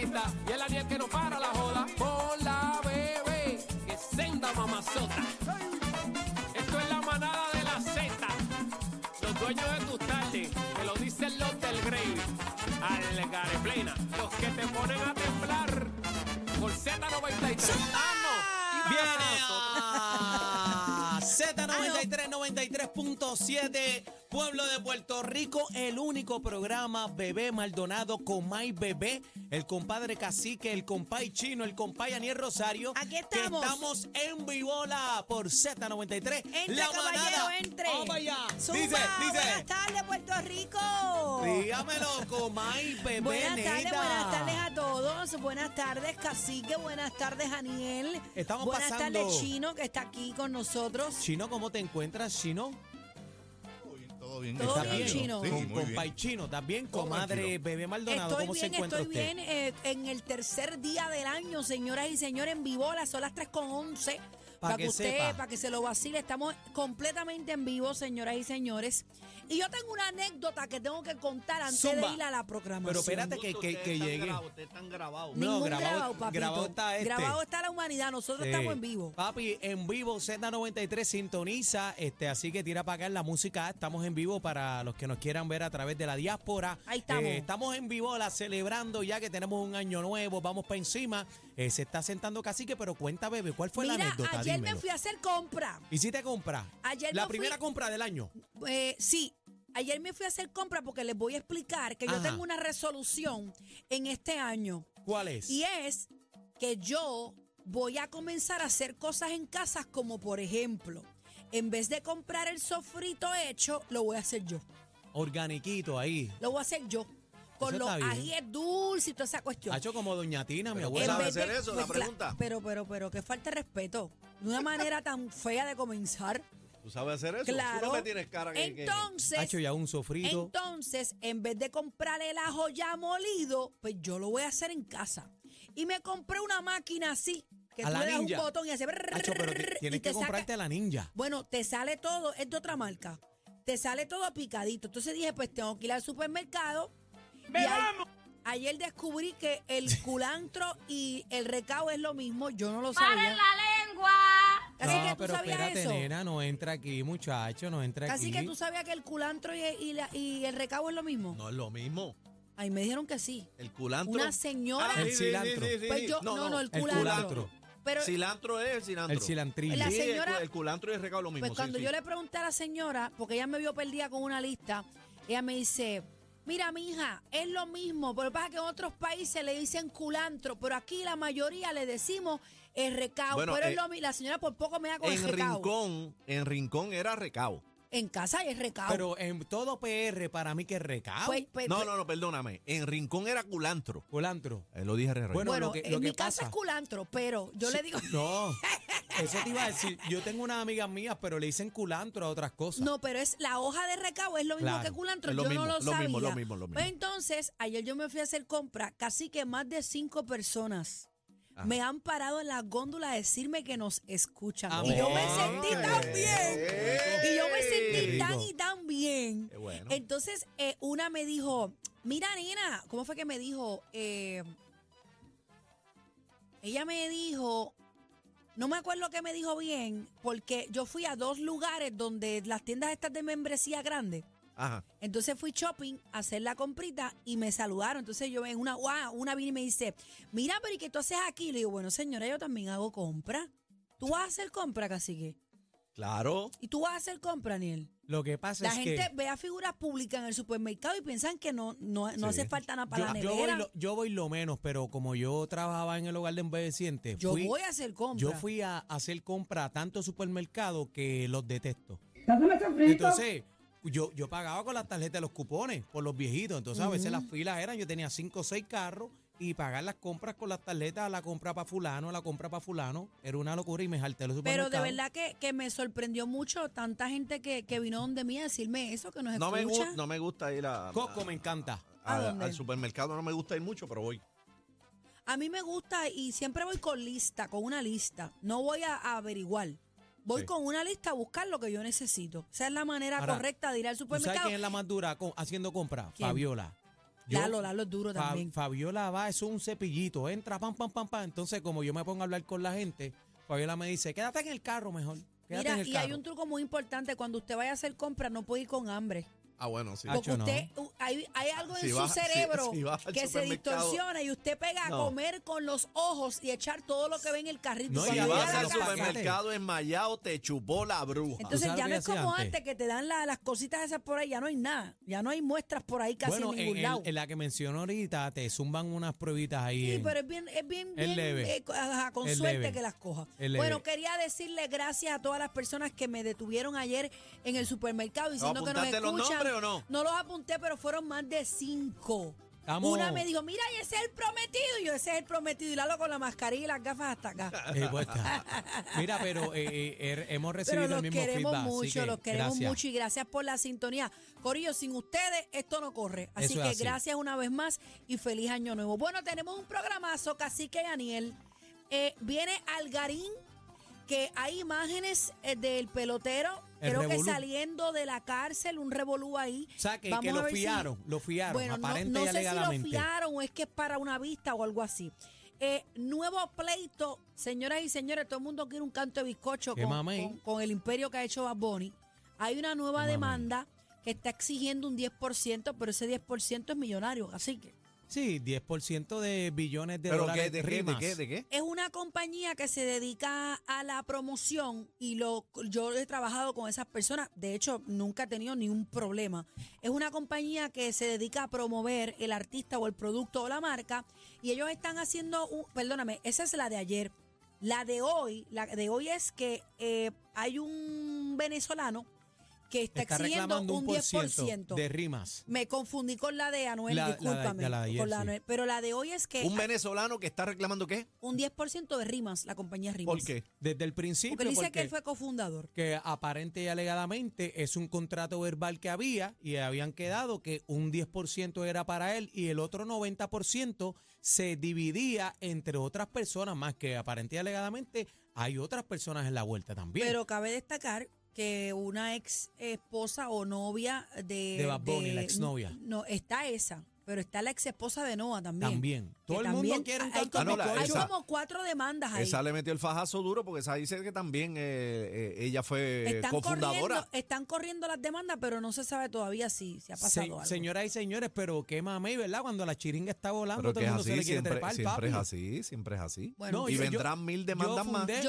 bonita y el Aniel que no para la joda. Hola, bebé, que senda mamazota. Esto es la manada de la Z, los dueños de tus tardes, que lo dicen los del Gravy. Algareplena, los que te ponen a temblar por Z93. Viene a Z93, 93.7, Pueblo de Puerto Rico, el único programa Bebé Maldonado con May Bebé, el compadre Cacique, el compay Chino, el compay Aniel Rosario. Aquí estamos. Que estamos en Vivola por Z93. Entre, la caballero, manada. entre. Vamos allá. Zumba, Dice. buenas tardes, Puerto Rico. Dígamelo, Comay Bebé. Buenas tardes neta. a todos. Buenas tardes, Cacique. Buenas tardes, Aniel. Estamos buenas pasando. tardes, Chino, que está aquí con nosotros. Chino, ¿cómo te encuentras, Chino? Todo bien. Todo ¿Está bien, Chino. Sí, Con muy bien. compay Chino, ¿estás bien? Todo Comadre tranquilo. Bebé Maldonado, ¿cómo se encuentra estoy usted? bien. En el tercer día del año, señoras y señores, en Vivola, son las 3:11. Pa' que sepa. Para que se lo vacile, estamos completamente en vivo, señoras y señores. Y yo tengo una anécdota que tengo que contar antes Zumba. de ir a la programación. Pero espérate que llegue. Ustedes están grabados. No, Ningún grabado- papito. grabado está este. Grabado está la humanidad, nosotros estamos en vivo. Papi, en vivo, Z93 sintoniza, así que tira para acá en la música. Estamos en vivo para los que nos quieran ver a través de la diáspora. Ahí estamos. Estamos en vivo celebrando ya que tenemos un año nuevo, vamos para encima. Se está sentando Cacique, pero cuenta, bebé, ¿cuál fue la Mira, anécdota? ayer Dímelo. me fui a hacer compra. ¿Hiciste compra? Ayer La me fui- primera compra del año. Sí, ayer me fui a hacer compra porque les voy a explicar que yo Ajá. tengo una resolución en este año. ¿Cuál es? Y es que yo voy a comenzar a hacer cosas en casa como, por ejemplo, en vez de comprar el sofrito hecho, lo voy a hacer yo. Organiquito ahí. Lo voy a hacer yo. Con Eso los está bien. ajíes dulces y toda esa cuestión. Ha hecho como Doña Tina, mi Pero abuela. ¿sabe vez de- hacer eso? La pregunta. Pero, qué falta de respeto. De una manera tan fea de comenzar. ¿Tú sabes hacer eso? Claro. Tú no me tienes cara que... Ha hecho ya un sofrito. Entonces, en vez de comprar el ajo ya molido, pues yo lo voy a hacer en casa. Y me compré una máquina así, que A tú la le das ninja. un botón y hace... Hacho, pero tienes y te que comprarte saca- la ninja. Bueno, te sale todo, es de otra marca. Te sale todo picadito. Entonces dije, pues tengo que ir al supermercado. Ayer descubrí que el culantro y el recao es lo mismo. Yo no lo sabía. ¡Paren la lengua! Así que No, tú pero sabías espérate, eso. nena, no entra aquí, muchacho, no entra Así aquí. que tú sabías que el culantro y el recao es lo mismo. No es lo mismo. Ahí me dijeron que sí. El culantro... Una señora. El cilantro. Pues yo, no, el El culantro. culantro. Pero Cilantro es el cilantro. El cilantrillo. La Sí, señora- el culantro y el recado es lo mismo. pues cuando sí, yo sí. le pregunté a la señora, porque ella me vio perdida con una lista, ella me dice, mira, mija, es lo mismo, pero lo que pasa es que en otros países le dicen culantro, pero aquí la mayoría le decimos el recao, Bueno, pero es lo mismo. La señora por poco me da con el recao. En Rincón era recao. En casa es recao. Pero en todo PR, para mí que es recao. Pues, No, perdóname. En Rincón era culantro. Culantro. Lo dije re. Bueno, bueno, lo que en mi casa pasa- es culantro, pero yo le digo... No, eso te iba a decir. Yo tengo unas amigas mías, pero le dicen culantro a otras cosas. No, pero es la hoja de recao, es lo mismo Claro, que culantro. es lo Yo mismo, no lo lo sabía. mismo, lo mismo, lo mismo. Pues entonces, ayer yo me fui a hacer compra, casi que más de 5 personas Ajá. me han parado en la góndola a decirme que nos escuchan. Amén. Y yo me sentí tan bien. Y yo me Qué sentí rico. tan y tan bien. Qué bueno. Entonces, una me dijo, mira, nena, ¿cómo fue que me dijo? Ella me dijo, no me acuerdo qué me dijo bien, porque yo fui a 2 lugares donde las tiendas estas de membresía grande. Ajá. Entonces fui shopping a hacer la comprita y me saludaron. Entonces yo en una vine y me dice, mira, pero ¿y qué tú haces aquí? Le digo, bueno, señora, yo también hago compra. ¿Tú vas a hacer compra, cacique? Claro. ¿Y tú vas a hacer compra, Aniel? Lo que pasa La es gente que ve a figuras públicas en el supermercado y piensan que no hace falta nada para la yo nevera. yo voy lo menos, pero como yo trabajaba en el hogar de envejecientes, Yo voy a hacer compra. yo fui a hacer compra a tantos supermercados que los detesto. Dame sofrito. Entonces, yo pagaba con las tarjetas de los cupones por los viejitos. Entonces, a veces las filas eran, yo tenía 5 o 6 carros y pagar las compras con las tarjetas, la compra para fulano, la compra para fulano, era una locura y me jalté los Pero supermercados. de verdad que me sorprendió mucho tanta gente que vino donde mí a decirme eso, que nos No escucha. no me gusta ir Coco me encanta. ¿A dónde? al supermercado. No me gusta ir mucho, pero voy. A mí me gusta y siempre voy con lista, con una lista. No voy a averiguar. Voy Sí. con una lista a buscar lo que yo necesito. Esa es la manera Ahora, correcta de ir al ¿Tú sabes supermercado. quién es la más dura haciendo compras? ¿Quién? Fabiola. Lalo es duro también. Fabiola va, eso es un cepillito, entra, pam, pam, pam, pam. Entonces, como yo me pongo a hablar con la gente, Fabiola me dice, quédate en el carro mejor. Quédate en Mira, el y carro. hay un truco muy importante. Cuando usted vaya a hacer compras, no puede ir con hambre. Ah, bueno, sí. Porque Hacho, no. usted, hay algo en Si su vas- si- cerebro si vas al que se supermercado- distorsiona y usted pega a No. comer con los ojos y echar todo lo que ve en el carrito. No, Y y Si cuando ya llega vas a al la los casa- supermercado enmayado, te chupó la bruja. Entonces ¿Tú sabes ya lo no que es como hacía antes, que te dan las cositas esas por ahí, ya no hay nada. Ya no hay muestras por ahí casi Bueno, en ningún lado. en la que mencionó ahorita, te zumban unas pruebitas ahí. Sí, en- pero es bien es leve. con Es suerte leve. que las coja. Es Bueno, leve. quería decirle gracias a todas las personas que me detuvieron ayer en el supermercado diciendo que nos ¿Apuntaste los escuchan. nombres o no? No los apunté, pero fueron más de 5. Estamos- Una me dijo, mira, y ese es el prometido. Y yo, ese es el prometido. Y Lalo con la mascarilla y las gafas hasta acá. Puesta. Mira, pero hemos recibido Pero los el mismo queremos feedback. así mucho, que los queremos gracias. mucho y gracias por la sintonía. Corillo, sin ustedes esto no corre. Así Eso es que así. gracias una vez más y feliz año nuevo. Bueno, tenemos un programazo, Cacique Daniel. Viene Algarín, que hay imágenes del pelotero, El creo que revolú. saliendo de la cárcel, un revolú ahí. O sea, que Vamos lo a ver si- fiaron, Bueno, aparente no y sé si lo alegadamente. fiaron o es que es para una vista o algo así. Nuevo pleito, señoras y señores, todo el mundo quiere un canto de bizcocho Qué mamey. con el imperio que ha hecho Bad Bunny. Hay una nueva Qué mamey. demanda que está exigiendo un 10%, pero ese 10% es millonario, así que Sí, 10% de billones de ¿Pero dólares. qué? ¿De qué? ¿De rimas. qué? ¿De qué? es una compañía que se dedica a la promoción y yo he trabajado con esas personas, de hecho nunca he tenido ni un problema. Es una compañía que se dedica a promover el artista o el producto o la marca y ellos están haciendo, perdóname, esa es la de ayer. La de hoy es que hay un venezolano que está exigiendo reclamando un 10%. de rimas. Me confundí con la de Anuel, La de discúlpame. ayer, con la sí. Anuel, pero la de hoy es que ¿Un venezolano que está reclamando qué? un 10% de Rimas, la compañía Rimas. ¿Por qué? Desde el principio, Porque él dice que porque él fue cofundador. que aparente y alegadamente es un contrato verbal que había y habían quedado que un 10% era para él y el otro 90% se dividía entre otras personas, más que aparente y alegadamente hay otras personas en la vuelta también. Pero cabe destacar que una ex esposa o novia De Bad Bunny, la exnovia. No, está esa, pero está la ex esposa de Noah también. También. Que Todo el también mundo quiere un hay canto de como, no, bizcocho. hay esa- como 4 demandas ahí. Esa le metió el fajazo duro porque esa dice que también ella fue cofundadora. Están corriendo las demandas, pero no se sabe todavía si ha pasado algo. Señoras y señores, pero qué mamey, ¿verdad? Cuando la chiringa está volando, Pero todo que el es mundo se así, le quiere siempre, trepar, siempre es papi. así, siempre es así. Bueno, No, y yo- vendrán 1000 demandas yo más. fundé-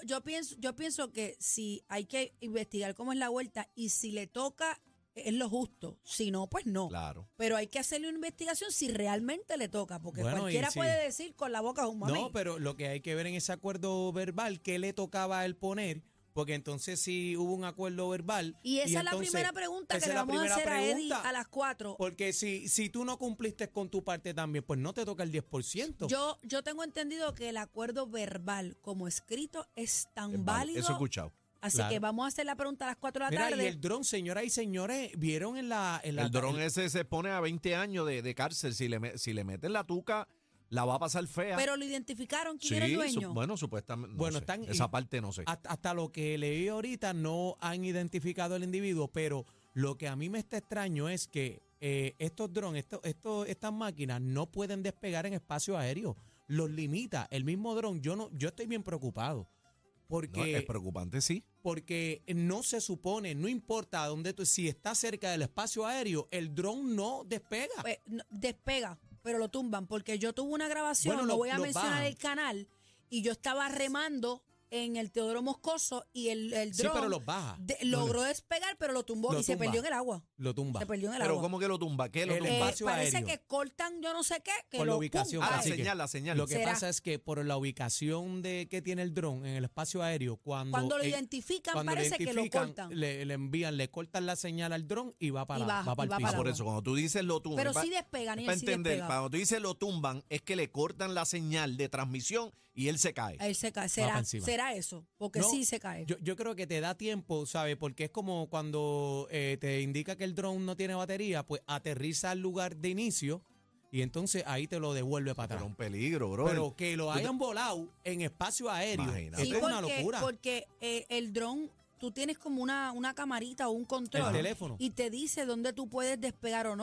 Yo pienso que si hay que investigar cómo es la vuelta y si le toca, es lo justo. Si no, pues no. Claro. Pero hay que hacerle una investigación si realmente le toca, porque Bueno, y cualquiera sí. puede decir con la boca un mamey. No, pero lo que hay que ver en ese acuerdo verbal, ¿qué le tocaba a él poner? Porque entonces sí hubo un acuerdo verbal. Y esa es la entonces, primera pregunta esa que es le la vamos a primera hacer a Eddie pregunta. a las 4. Porque si tú no cumpliste con tu parte también, pues no te toca el 10%. Yo tengo entendido que el acuerdo verbal como escrito es tan Es válido. Eso he escuchado. Así Claro. que vamos a hacer la pregunta a las 4 de la Mira, tarde. y el dron, señoras y señores, vieron en la... El dron ese se pone a 20 años de cárcel. Si le meten la tuca, la va a pasar fea. Pero lo identificaron quién era el dueño. bueno, supuestamente. No Bueno, sé. están- Esa parte no sé. Hasta lo que leí ahorita no han identificado al individuo, pero lo que a mí me está extraño es que estos drones, estas máquinas no pueden despegar en espacio aéreo. Los limita el mismo dron. Yo estoy bien preocupado. No, Porque, es preocupante, sí. porque no se supone, no importa dónde si estás cerca del espacio aéreo, el dron no despega. Pues, despega, pero lo tumban, porque yo tuve una grabación, Bueno, no voy a lo mencionar bajan. el canal, y yo estaba remando en el Teodoro Moscoso y el Sí, dron pero los baja. logró despegar, pero lo tumbó Lo y se tumba. perdió en el agua. Lo tumba. Se perdió en el Pero agua. ¿cómo que lo tumba? ¿Qué lo El tumba? espacio Parece aéreo. que cortan yo no sé qué, que Por lo la ubicación. pum, Ah, la cae. Así que señal, la señal. Lo que ¿Será? pasa es que por la ubicación que tiene el dron en el espacio aéreo, Cuando lo identifican, cuando parece que lo cortan. le envían, le cortan la señal al dron y va para, Y va- va para y va el para piso. Por eso, cuando tú dices lo tumban. Pero sí despegan, y para él sí entender, despega. cuando tú dices lo tumban, es que le cortan la señal de transmisión y él se cae. Él se cae. para encima. Será eso, porque No, sí se cae. Yo creo que te da tiempo, ¿sabes? Porque es como cuando te indica que el dron no tiene batería, pues aterriza al lugar de inicio y entonces ahí te lo devuelve para Pero atrás. un peligro, bro. Pero que lo hayan volado en espacio aéreo, Imagínate. esto es una locura. Porque el dron, tú tienes como una camarita o un control. El teléfono. Y te dice dónde tú puedes despegar o no.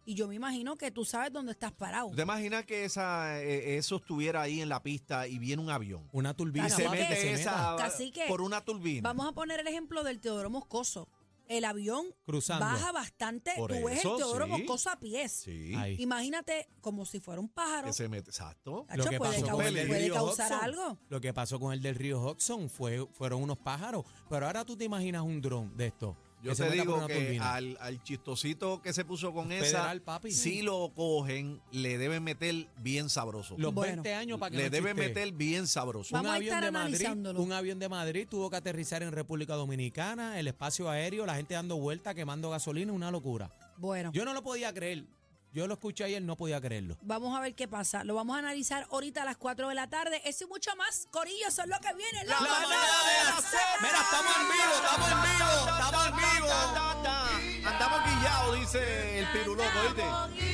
Y yo me imagino que tú sabes dónde estás parado. ¿Te imaginas que eso estuviera ahí en la pista y viene un avión? Una turbina. Y se Cacique, mete esa Cacique, por una turbina. Vamos a poner el ejemplo del Teodoro Moscoso. El avión Cruzando. baja bastante. Por Tú ves eso, el Teodoro sí. Moscoso a pies. Sí. Ahí. Imagínate como si fuera un pájaro. Que se mete, exacto. Tacho, Lo que puede pasó con el del puede río causar Hudson. algo. Lo que pasó con el del río Hudson fueron unos pájaros. Pero ahora tú te imaginas un dron de esto. Yo que se te meta por digo una que turbina. al chistosito que se puso con Federal, esa, papi. si lo cogen, le deben meter bien sabroso. Los Bueno. 20 años para que Le no deben chistee. meter bien sabroso. Vamos a estar analizándolo. Un avión de Madrid tuvo que aterrizar en República Dominicana, el espacio aéreo, la gente dando vueltas, quemando gasolina, una locura. Bueno, Yo no lo podía creer. Yo lo escuché ayer, no podía creerlo. vamos a ver qué pasa. Lo vamos a analizar ahorita a las 4 de la tarde. Eso y mucho más, Corillo, eso es lo que viene. La manada de la Z. Mira, estamos en vivo, estamos en vivo, estamos en vivo. Andamos guillados, dice el piruloco, ¿viste?